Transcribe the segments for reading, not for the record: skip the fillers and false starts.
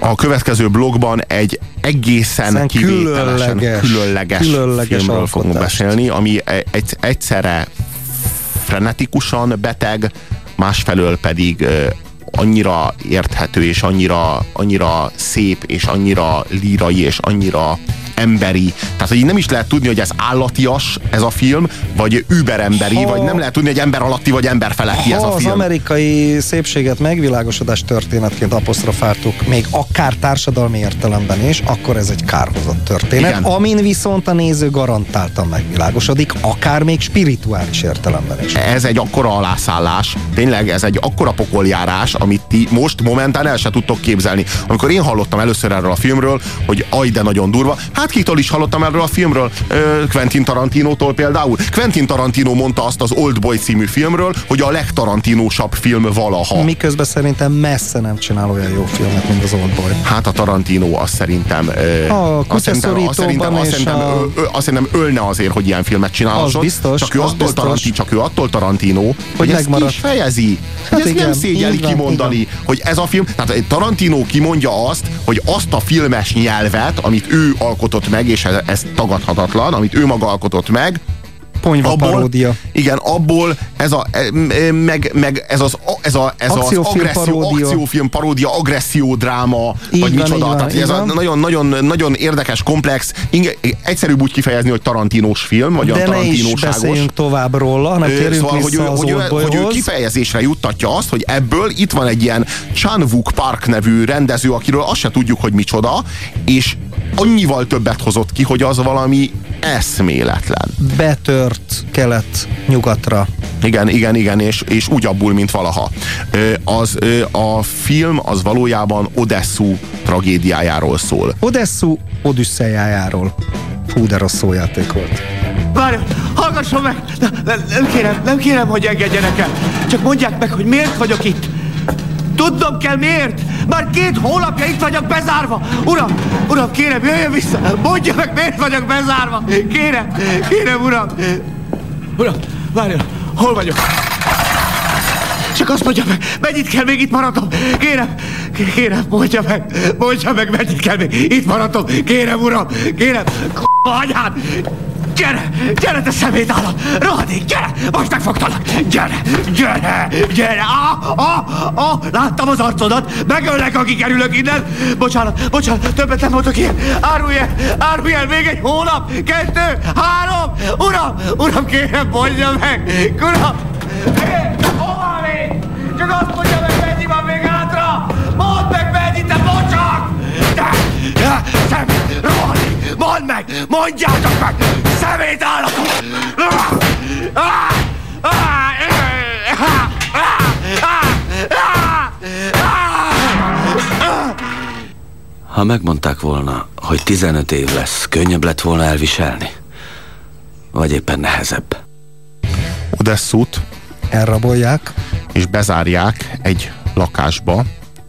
A következő blogban egy egészen kivételesen különleges filmről fogunk beszélni, ami egyszerre frenetikusan beteg, másfelől pedig annyira érthető, és annyira szép, és annyira lírai, és annyira emberi. Tehát, hogy így nem is lehet tudni, hogy ez állatias ez a film, vagy überemberi, vagy nem lehet tudni, hogy ember alatti, vagy ember feletti ez a film. Ha az amerikai szépséget megvilágosodás történetként apostrofáltuk, még akár társadalmi értelemben is, akkor ez egy kárhozott történet, igen. Amin viszont a néző garantáltan megvilágosodik, akár még spirituális értelemben is. Ez egy akkora alászállás, tényleg ez egy akkora pokoljárás, amit ti most momentán el se tudtok képzelni. Amikor én hallottam először erről a filmről, hogy aj, de nagyon durva, hát kitől is hallottam erről a filmről? Quentin Tarantinótól például. Quentin Tarantino mondta azt az Oldboy című filmről, hogy a legtarantinósabb film valaha. Miközben szerintem messze nem csinál olyan jó filmet, mint az Oldboy. Hát a Tarantino azt szerintem azt szerintem ölne azért, hogy ilyen filmet csinálhasson. Biztos, csak ő attól Tarantino, hogy ezt ki is fejezi. Hát ez nem szégyeli kimondani, hogy ez a film, tehát Tarantino kimondja azt, hogy azt a filmes nyelvet, amit ő alkotott meg, és ez tagadhatatlan, amit ő maga alkotott meg, ponyva paródia. Igen, abból ez az akciófilm paródia, agressziódráma, vagy micsoda. Tehát ez a nagyon érdekes, komplex, egyszerűbb úgy kifejezni, hogy tarantinós film, vagy olyan tarantinóságos. De ne is beszéljünk tovább róla, hanem térjünk vissza az Oldboyhoz. Hogy ő kifejezésre juttatja azt, hogy ebből itt van egy ilyen Chan-wook Park nevű rendező, akiről azt se tudjuk, hogy micsoda, és annyival többet hozott ki, hogy az valami eszméletlen. Betört kelet-nyugatra. Igen, és úgy abból, mint valaha. A film az valójában Odesszu tragédiájáról szól. Odesszu Odüsszejájáról. Hú, de rossz szójáték volt. Várj, hallgasson meg! Nem kérem, hogy engedjenek el. Csak mondják meg, hogy miért vagyok itt. Tudnom kell miért! Már 2 hónapja itt vagyok bezárva! Uram, kérem, jöjjön vissza! Mondja meg, miért vagyok bezárva! Kérem, uram! Uram, várjon, hol vagyok? Csak azt mondja meg, mennyit kell még itt maradnom? Kérem, mondja meg, mennyit kell még itt maradnom? Kérem, uram, anyád! Gyere, te szemétállat! Rohadék, gyere! Most megfogtalak! Gyere! Láttam az arcodat! Megöllek, aki kerülök innen! Bocsánat, többet nem mondok ilyen! Árulj el még 1 hónap! 2, 3! Uram, kérem, mondja meg! Uram! Hova még? Csak azt mondja meg, mennyi van még hátra! Mondd meg, mennyi, te bocsak! Szemét, rohadék! Mondd meg! Mondjátok meg! Szemét állatok! Ha megmondták volna, hogy 15 év lesz, könnyebb lett volna elviselni? Vagy éppen nehezebb? Odesszút elrabolják, és bezárják egy lakásba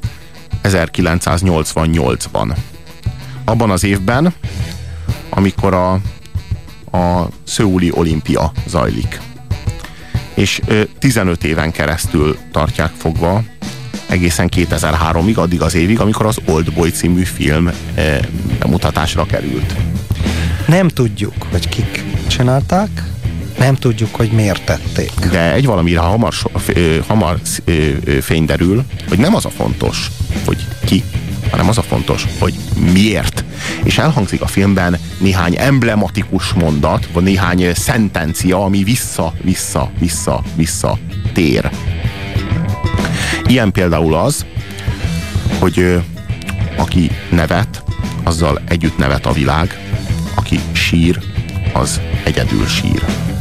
1988-ban. Abban az évben, amikor a szöuli olimpia zajlik. És 15 éven keresztül tartják fogva, egészen 2003-ig, addig az évig, amikor az Oldboy című film bemutatásra került. Nem tudjuk, hogy kik csinálták, nem tudjuk, hogy miért tették. De egy valamire hamar fény derül, hogy nem az a fontos, hogy ki, hanem az a fontos, hogy miért. És elhangzik a filmben néhány emblematikus mondat, vagy néhány szentencia, ami vissza tér. Ilyen például az, hogy aki nevet, azzal együtt nevet a világ, aki sír, az egyedül sír.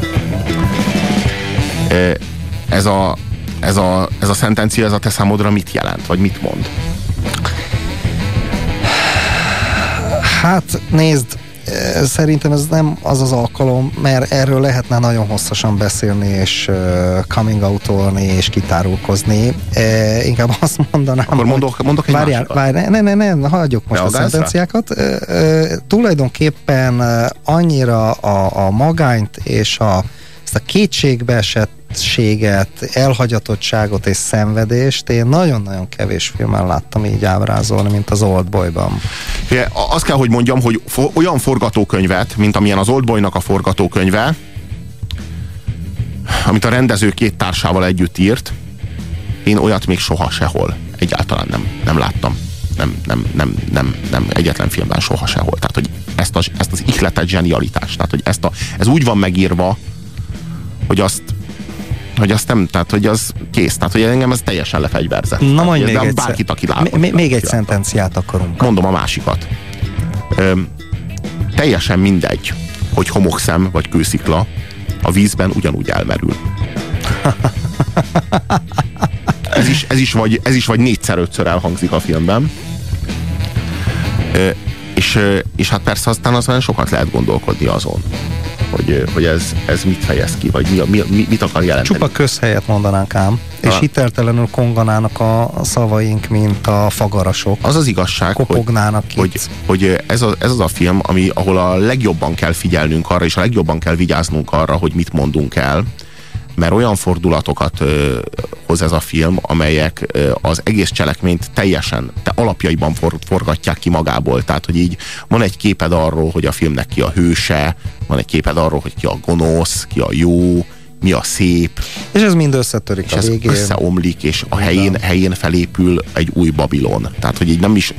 Ez a szentencia, ez a te számodra mit jelent, vagy mit mond? Hát nézd, szerintem ez nem az az alkalom, mert erről lehetne nagyon hosszasan beszélni, és coming out-olni, és kitárulkozni. Inkább azt mondanám, akkor mondok egy másikat. Hagyjuk most a szentenciákat. Tulajdonképpen annyira a magányt és ezt a kétségbeesett sötétséget, elhagyatottságot és szenvedést én nagyon-nagyon kevés filmen láttam így ábrázolni, mint az Oldboyban. Azt kell, hogy mondjam, hogy olyan forgatókönyvet, mint amilyen az Oldboynak a forgatókönyve, amit a rendező 2 társával együtt írt, én olyat még soha sehol egyáltalán nem láttam. Nem egyetlen filmben soha sehol. Tehát, hogy ezt az ihletet zsenialitást, tehát, hogy ez úgy van megírva, hogy azt nem, tehát, hogy az kész. Tehát, hogy engem ez teljesen lefegyverzett. Na mondj még egyszer. Bárkit, aki lát. Még egy szentenciát akarunk. Mondom a másikat. Teljesen mindegy, hogy homokszem vagy kőszikla, a vízben ugyanúgy elmerül. Ez is vagy 4-5-ször elhangzik a filmben. És hát persze aztán azon sokat lehet gondolkodni azon, hogy ez mit fejez ki, vagy mit akar jelenteni. Csupa közhelyet mondanánk ám, és hiteltelenül konganának a szavaink, mint a fagarasok. Az az igazság, hogy ez az a film, ahol a legjobban kell figyelnünk arra, és a legjobban kell vigyáznunk arra, hogy mit mondunk el, mert olyan fordulatokat hoz ez a film, amelyek az egész cselekményt teljesen alapjaiban forgatják ki magából. Tehát, hogy így van egy képed arról, hogy a filmnek ki a hőse, van egy képed arról, hogy ki a gonosz, ki a jó, mi a szép. És ez mind összetörik a végén. És ez összeomlik, és a helyén felépül egy új Babilon. Tehát, hogy így nem is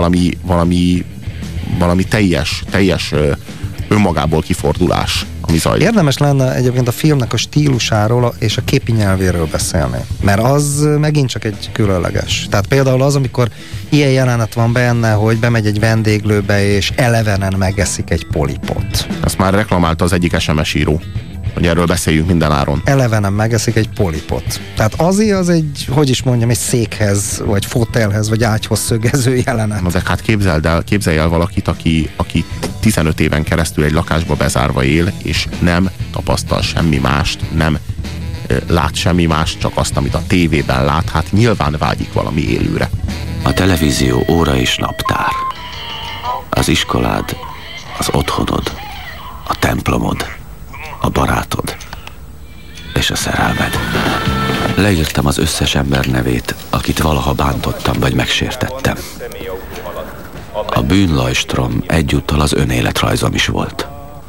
valami teljes önmagából kifordulás, ami zajlik. Érdemes lenne egyébként a filmnek a stílusáról és a képi nyelvéről beszélni, mert az megint csak egy különleges. Tehát például az, amikor ilyen jelenet van benne, hogy bemegy egy vendéglőbe és elevenen megeszik egy polipot. Ezt már reklamálta az egyik SMS író, hogy erről beszéljünk mindenáron. Elevenen megeszik egy polipot. Tehát az egy, hogy is mondjam, egy székhez, vagy fotelhez, vagy ágyhoz szögező jelenet. Na de hát képzelj el valakit, aki 15 éven keresztül egy lakásba bezárva él, és nem tapasztal semmi mást, nem lát semmi mást, csak azt, amit a tévében lát, hát nyilván vágyik valami élőre. A televízió óra és naptár. Az iskolád, az otthonod, a templomod, a barátod és a szerelmed. Leírtam az összes ember nevét, akit valaha bántottam vagy megsértettem. A bűnlajstrom egyúttal az önéletrajzom is volt.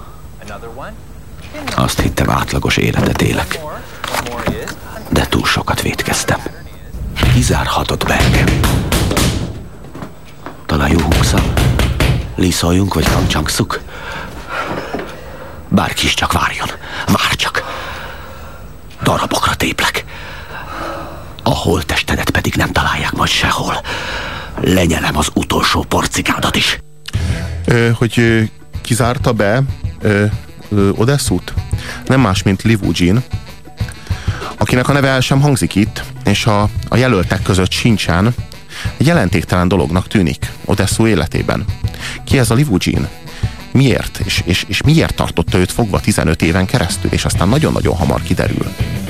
Azt hittem, átlagos életet élek, de túl sokat vétkeztem. Kizárhatott be engem. Talán jó húkszal? Líszoljunk vagy kancsankszuk? Bárki is csak várjon. Vár csak. Darabokra téplek. A holttestedet pedig nem találják majd sehol. Lenyelem az utolsó porcikádat is. Hogy kizárta be Odesszút? Nem más, mint Liv Ujin, akinek a neve el sem hangzik itt, és a jelöltek között sincsen. Egy jelentéktelen dolognak tűnik Odesszú életében. Ki ez a Liv Ujin? Miért? És miért tartotta őt fogva 15 éven keresztül? És aztán nagyon-nagyon hamar kiderül,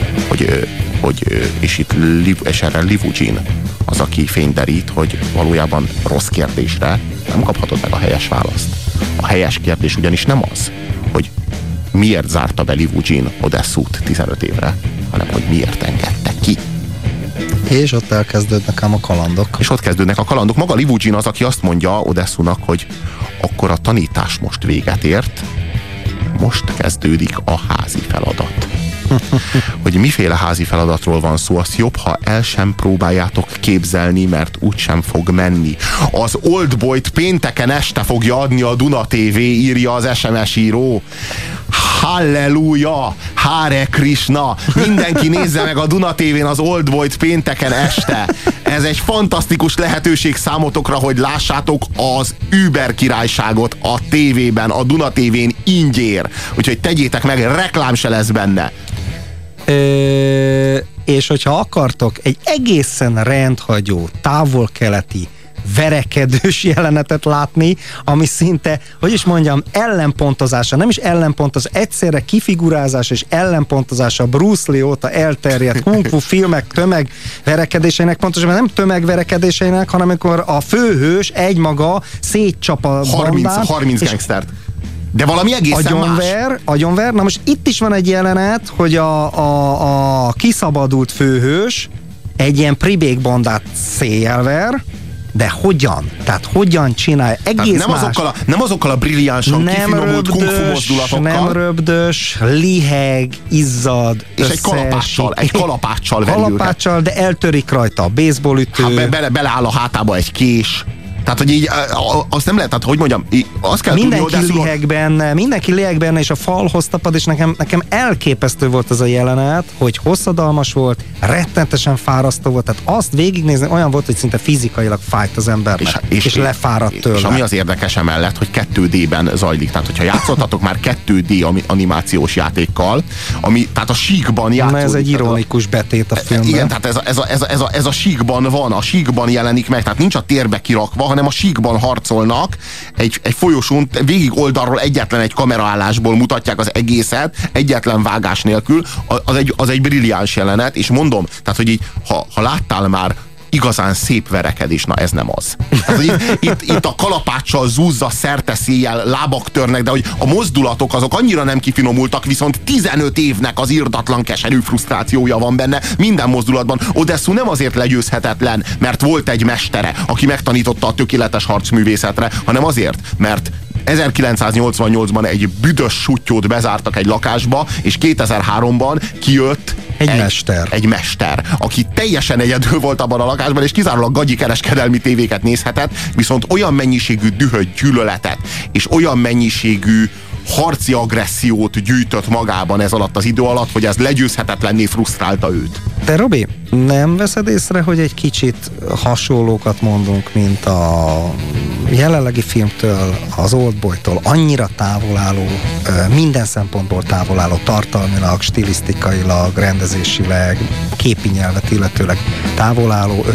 és erre Liv Ujin az, aki fényderít, hogy valójában rossz kérdésre nem kaphatod meg a helyes választ. A helyes kérdés ugyanis nem az, hogy miért zárta be Liv Ujin Odesszút 15 évre, hanem hogy miért engedte ki. És ott elkezdődnek ám a kalandok. És ott kezdődnek a kalandok. Maga Liv Ujin az, aki azt mondja Odesszúnak, hogy akkor a tanítás most véget ért, most kezdődik a házi feladat. Hogy miféle házi feladatról van szó, azt jobb, ha el sem próbáljátok képzelni, mert úgysem fog menni. Az Oldboyt pénteken este fogja adni a Duna TV, írja az SMS író. Halleluja! Hare Krishna! Mindenki nézze meg a Duna TV-n az Oldboyt pénteken este! Ez egy fantasztikus lehetőség számotokra, hogy lássátok az Uber királyságot a tévében, a Duna TV-n ingyér. Úgyhogy tegyétek meg, reklám se lesz benne. És hogyha akartok egy egészen rendhagyó, távol-keleti, verekedős jelenetet látni, ami szinte, hogy is mondjam, ellenpontozása, nem is ellenpontoz, egyszerre kifigurázás és ellenpontozása Bruce Lee óta elterjedt kung fu filmek tömegverekedéseinek, pontosabban nem tömegverekedéseinek, hanem amikor a főhős egymaga szétcsap a bandát. 30 gangstert. De valami egészen agyonver. Na most itt is van egy jelenet, hogy a kiszabadult főhős egy ilyen pribékbandát széjjelver, de hogyan? Tehát hogyan csinálja? Egész nem azokkal a brilliánsan kifinomult kungfu mozdulatokkal. Nem röbdös, liheg, izzad, és egy kalapáccsal de eltörik rajta a baseballütő. Beleáll a hátába egy kés. Tehát, hogy így, azt nem lehet, tehát, hogy mondjam, azt kell mindenki liheg benne, és a falhoz tapad, és nekem elképesztő volt ez a jelenet, hogy hosszadalmas volt, rettenetesen fárasztó volt, tehát azt végignézni olyan volt, hogy szinte fizikailag fájt az embernek, és lefáradt tőle. És ami az érdekes emellett, hogy 2D-ben zajlik, tehát hogyha játszottatok már 2D animációs játékkal, ami, tehát a síkban játszódik. Ez egy ironikus betét a filmben. Igen, tehát ez a síkban van, a síkban jelenik meg, tehát nincs a térbe kirakva, hanem a síkban harcolnak, egy folyosón, végig oldalról egyetlen egy kameraállásból mutatják az egészet, egyetlen vágás nélkül, az egy brilliáns jelenet, és mondom, tehát, hogy így, ha láttál már igazán szép verekedés, na ez nem az. Tehát, hogy itt a kalapáccsal zúzza szerte-széjjel, lábak törnek, de hogy a mozdulatok azok annyira nem kifinomultak, viszont 15 évnek az irdatlan keserű frusztrációja van benne minden mozdulatban. Odesszu nem azért legyőzhetetlen, mert volt egy mestere, aki megtanította a tökéletes harcművészetre, hanem azért, mert 1988-ban egy büdös suttyót bezártak egy lakásba, és 2003-ban kijött egy mester, aki teljesen egyedül volt abban a lakásban, és kizárólag gagyi kereskedelmi tévéket nézhetett, viszont olyan mennyiségű dühöt, gyűlöletet, és olyan mennyiségű harci agressziót gyűjtött magában ez alatt az idő alatt, hogy ez legyőzhetetlenné frusztrálta őt. De Robi, nem veszed észre, hogy egy kicsit hasonlókat mondunk, mint a jelenlegi filmtől, az Oldboytól, annyira távolálló, minden szempontból távolálló, tartalmilag, stilisztikailag, rendezésileg, képi nyelvet illetőleg távolálló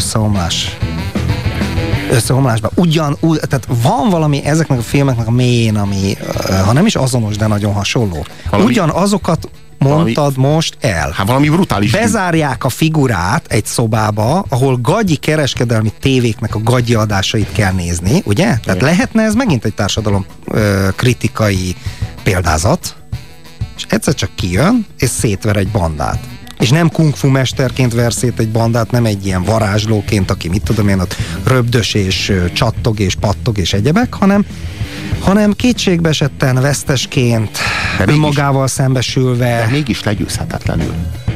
összeomlásban. Tehát van valami ezeknek a filmeknek a mélyén, ami, ha nem is azonos, de nagyon hasonló. Ugyanazokat mondtad most el. Hát valami brutális. Bezárják a figurát egy szobába, ahol gagyi kereskedelmi tévéknek a gagyi adásait kell nézni, ugye? Igen. Tehát lehetne ez megint egy társadalom kritikai példázat, és egyszer csak kijön, és szétver egy bandát. És nem kungfu mesterként ver szét egy bandát, nem egy ilyen varázslóként, aki mit tudom én, ott röbdös és csattog és pattog és egyebek, hanem kétségbeesetten, vesztesként, önmagával szembesülve. De mégis legyőzhetetlenül.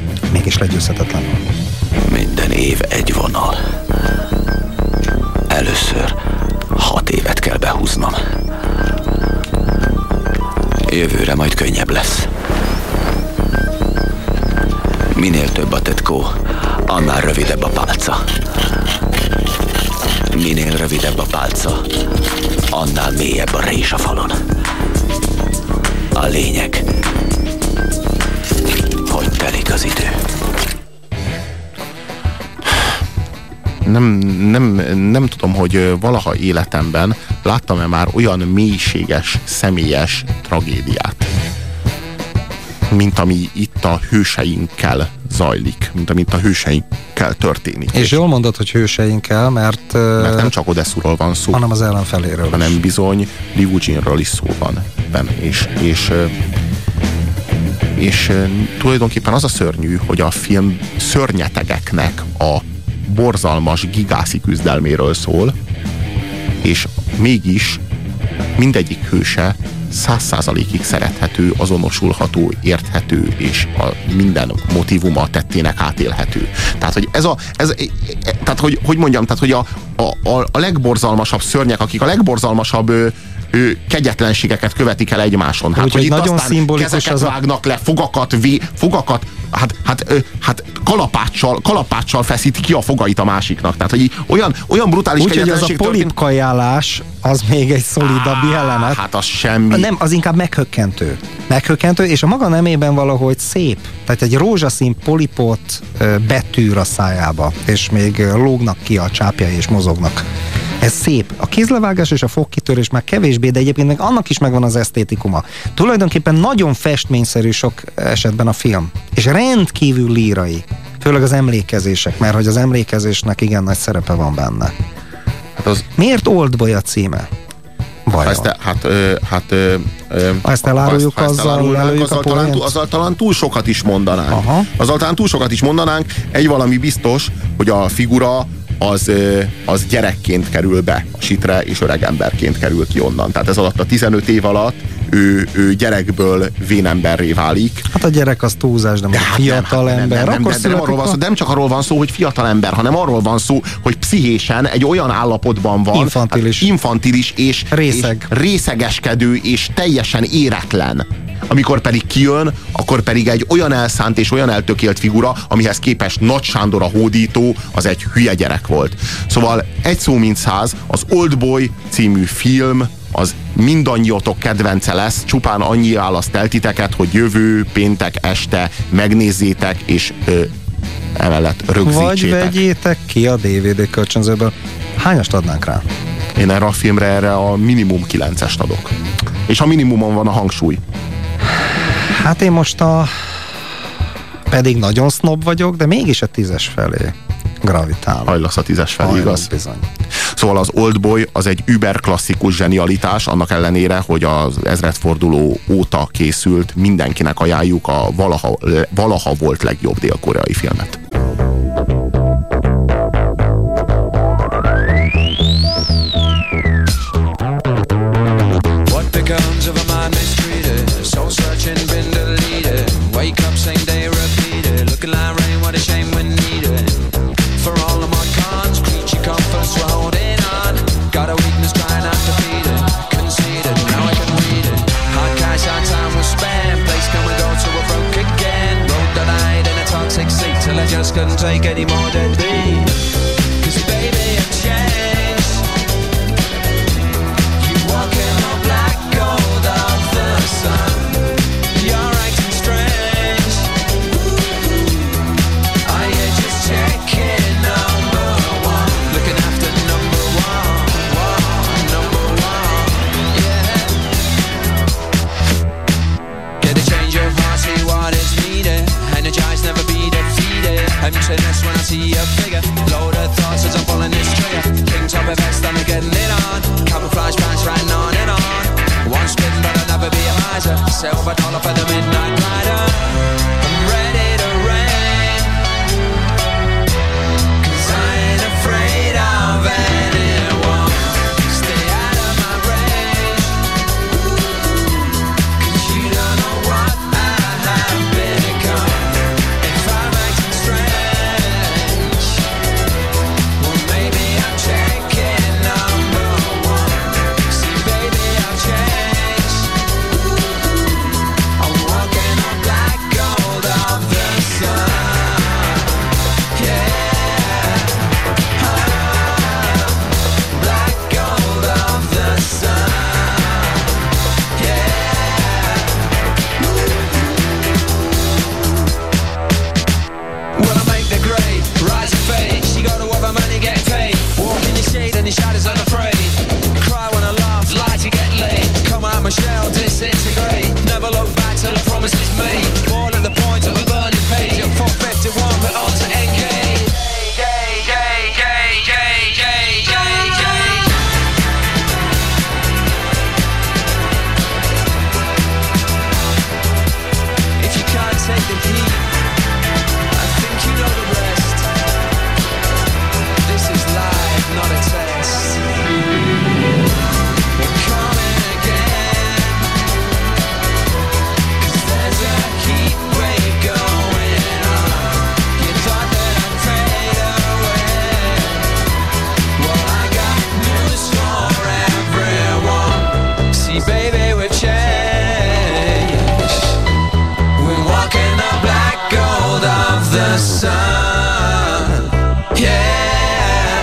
Minden év egy vonal. Először 6 évet kell behúznom. Jövőre majd könnyebb lesz. Minél több a tetkó, annál rövidebb a pálca. Minél rövidebb a pálca, annál mélyebb a rés a falon. A lényeg, hogy telik az idő. Nem tudom, hogy valaha életemben láttam-e már olyan mélységes, személyes tragédiát, mint ami itt a hőseinkkel zajlik, mint amit a hőseinkkel történik. És jól mondod, hogy hőseinkkel, mert nem csak Odesszuról van szó, hanem az ellenfeléről, hanem bizony Liu Jinről is szó van benne. És tulajdonképpen az a szörnyű, hogy a film szörnyetegeknek a borzalmas gigászi küzdelméről szól, és mégis mindegyik hőse 100%-ig szerethető, azonosulható, érthető, és minden motívuma tettének átélhető. Tehát, hogy hogy mondjam, tehát, hogy a legborzalmasabb szörnyek, akik a legborzalmasabb kegyetlenségeket követik el egymáson. Hát, hogy itt nagyon aztán kezeket vágnak le, fogakat, kalapáccsal feszíti ki a fogait a másiknak. Tehát, hogy olyan brutális kegyetlenség. Úgyhogy az a polipkajálás, az még egy szolidabb jelenet. Hát az semmi. Nem, az inkább meghökkentő. Meghökkentő, és a maga nemében valahogy szép. Tehát egy rózsaszín polipot betűr a szájába, és még lógnak ki a csápjai, és mozognak. Ez szép. A kézlevágás és a fogkitörés már kevésbé, de egyébként meg annak is megvan az esztétikuma. Tulajdonképpen nagyon festményszerű sok esetben a film. És rendkívül lírai. Főleg az emlékezések, mert hogy az emlékezésnek igen nagy szerepe van benne. Hát az... Miért Oldboy a címe? Ezt eláruljuk, azzal talán túl sokat is mondanánk. Azzal talán túl sokat is mondanánk. Egy valami biztos, hogy a figura az gyerekként kerül be a sitre, és öreg emberként kerül ki onnan. Tehát ez alatt a 15 év alatt ő gyerekből vénemberré válik. Hát a gyerek az túlzás, de fiatal ember. Nem csak arról van szó, hogy fiatal ember, hanem arról van szó, hogy pszichésen egy olyan állapotban van, infantilis és részegeskedő és teljesen éretlen. Amikor pedig kijön, akkor pedig egy olyan elszánt és olyan eltökélt figura, amihez képest Nagy Sándor a hódító az egy hülye gyerek volt. Szóval egy szó mint száz, az Oldboy című film az mindannyiatok kedvence lesz, csupán annyi választ el titeket, hogy jövő péntek este megnézzétek, és emellett rögzítsétek. Vagy vegyétek ki a DVD kölcsönzőből. Hányast adnánk rá? Én erre a filmre a minimum 9-est adok. És a minimumon van a hangsúly. Hát én most pedig nagyon sznob vagyok, de mégis a 10-es felé gravitál. Hajlasz a 10-es felé, igaz? Bizony. Szóval az Oldboy az egy über klasszikus zsenialitás, annak ellenére, hogy az ezredforduló óta készült, mindenkinek ajánljuk a valaha volt legjobb dél-koreai filmet. What becomes of a mind mistreated? Soul searching, been deleted. Wake up, same day, repeated. Looking like rain, what a shame when needed. For all of my cons, creature comforts, we're holding on. Got a weakness, trying not to feed it. Conceded, now I can read it. Hard cash, our time was spent. Place come and go till we're broke again. Road that I hide in a toxic seat till I just couldn't take any more deadbeat. 'Cause baby, I've changed. You walk in the black gold of the sun. You're acting strange. Are you just checking number one? Looking after number one, yeah. Get a change of heart, see what is needed. Energize, never be defeated. Emptiness when I see your figure. Load of thoughts as I'm pulling this trigger. King top of vest, I'm getting it on. Camouflage pants riding on and on. One spin, but I'll never be a miser. Silver dollar for the midnight rider. I'm ready to reign. 'Cause I ain't afraid of anyone. Stay out of my range. 'Cause you don't know what I have become. If I'm acting strange, well maybe I'm checking number one. See baby, I've changed. I'm walking on black gold of the sun. Yeah, black gold of the sun. Yeah. Well, I make the grade, rise and fade. She go to work, my money get paid. Walk in the shade and the shadows unafraid. Cry when I laugh, lie to get laid. Come out my shell, disintegrate. Never look back till the promise is made. All at the point of a burning page. At 451, but on to NK. If you can't take the heat, I think you know the rest. This is live, not a test. We're coming again. 'Cause there's a heat wave going on. You thought that I'd fade away. Well, I got news for everyone. See, baby, we've changed. We're walking the black gold of the sun. Yeah,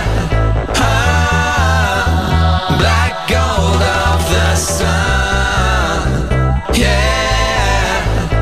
black gold of the sun. Yeah.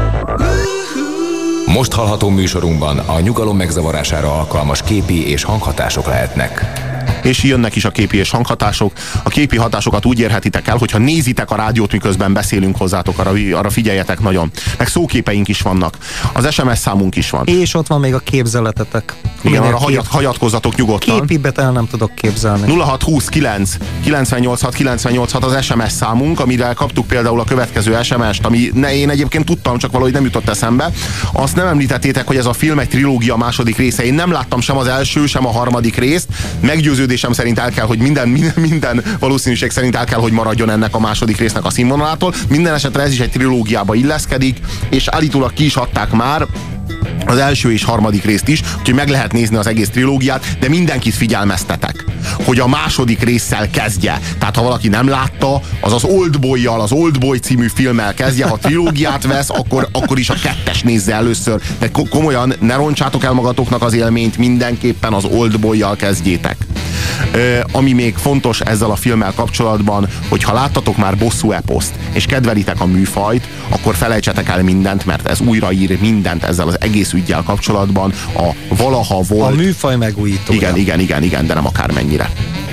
Most hallható műsorunkban a nyugalom megzavarására alkalmas képi és hanghatások lehetnek. És jönnek is a képi és hanghatások. A képi hatásokat úgy érhetitek el, hogyha nézitek a rádiót, miközben beszélünk hozzátok, arra figyeljetek nagyon. Meg szóképeink is vannak. Az SMS számunk is van. És ott van még a képzeletetek. Igen, arra hagyatkozzatok nyugodtan. Képibet el nem tudok képzelni. 0629 986 986 az SMS számunk, amire kaptuk például a következő SMS-t, ami én egyébként tudtam, csak valahogy nem jutott eszembe. Azt nem említettétek, hogy ez a film egy trilógia második része. Én nem láttam sem az első, sem a harmadik részt. Meggyőződésem szerint el kell, hogy minden valószínűség szerint el kell, hogy maradjon ennek a második résznek a színvonalától. Minden esetre ez is egy trilógiába illeszkedik, és állítólag ki is adták már az első és harmadik részt is, úgyhogy meg lehet nézni az egész trilógiát, de mindenkit figyelmeztetek, hogy a második résszel kezdje. Tehát ha valaki nem látta, az Oldboy-jal, az Oldboy című filmmel kezdje, ha trilógiát vesz, akkor is a 2-es nézze először. De komolyan ne roncsátok el magatoknak az élményt, mindenképpen az Oldboy-jal kezdjétek. Ami még fontos ezzel a filmmel kapcsolatban, hogy ha láttatok már bosszú eposzt, és kedvelitek a műfajt, akkor felejtsetek el mindent, mert ez újraír mindent ezzel az egész üggyel kapcsolatban. A valaha volt... A műfaj megújítója. Igen, de nem akármennyire.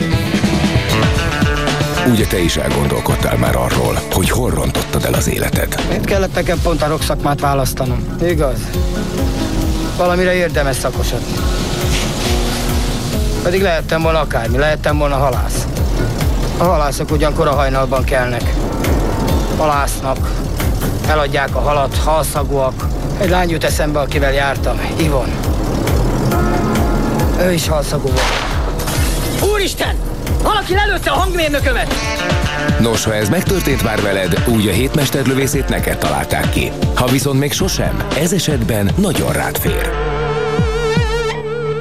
Ugye te is elgondolkodtál már arról, hogy hol rontottad el az életed? Miért kellett nekem pont a rock-szakmát választanom? Igaz? Valamire érdemes szakosodni. Pedig lehettem volna akármi, lehettem volna halász. A halászok ugyan korahajnalban kelnek. Halásznak, eladják a halat, halszagúak. Egy lány jut eszembe, akivel jártam, Ivon. Ő is halszagú volt. Úristen! Valaki lelőtte a hangmérnökömet! Nos, ha ez megtörtént már veled, úgy a hétmesterlövészét neked találták ki. Ha viszont még sosem, ez esetben nagyon rád fér.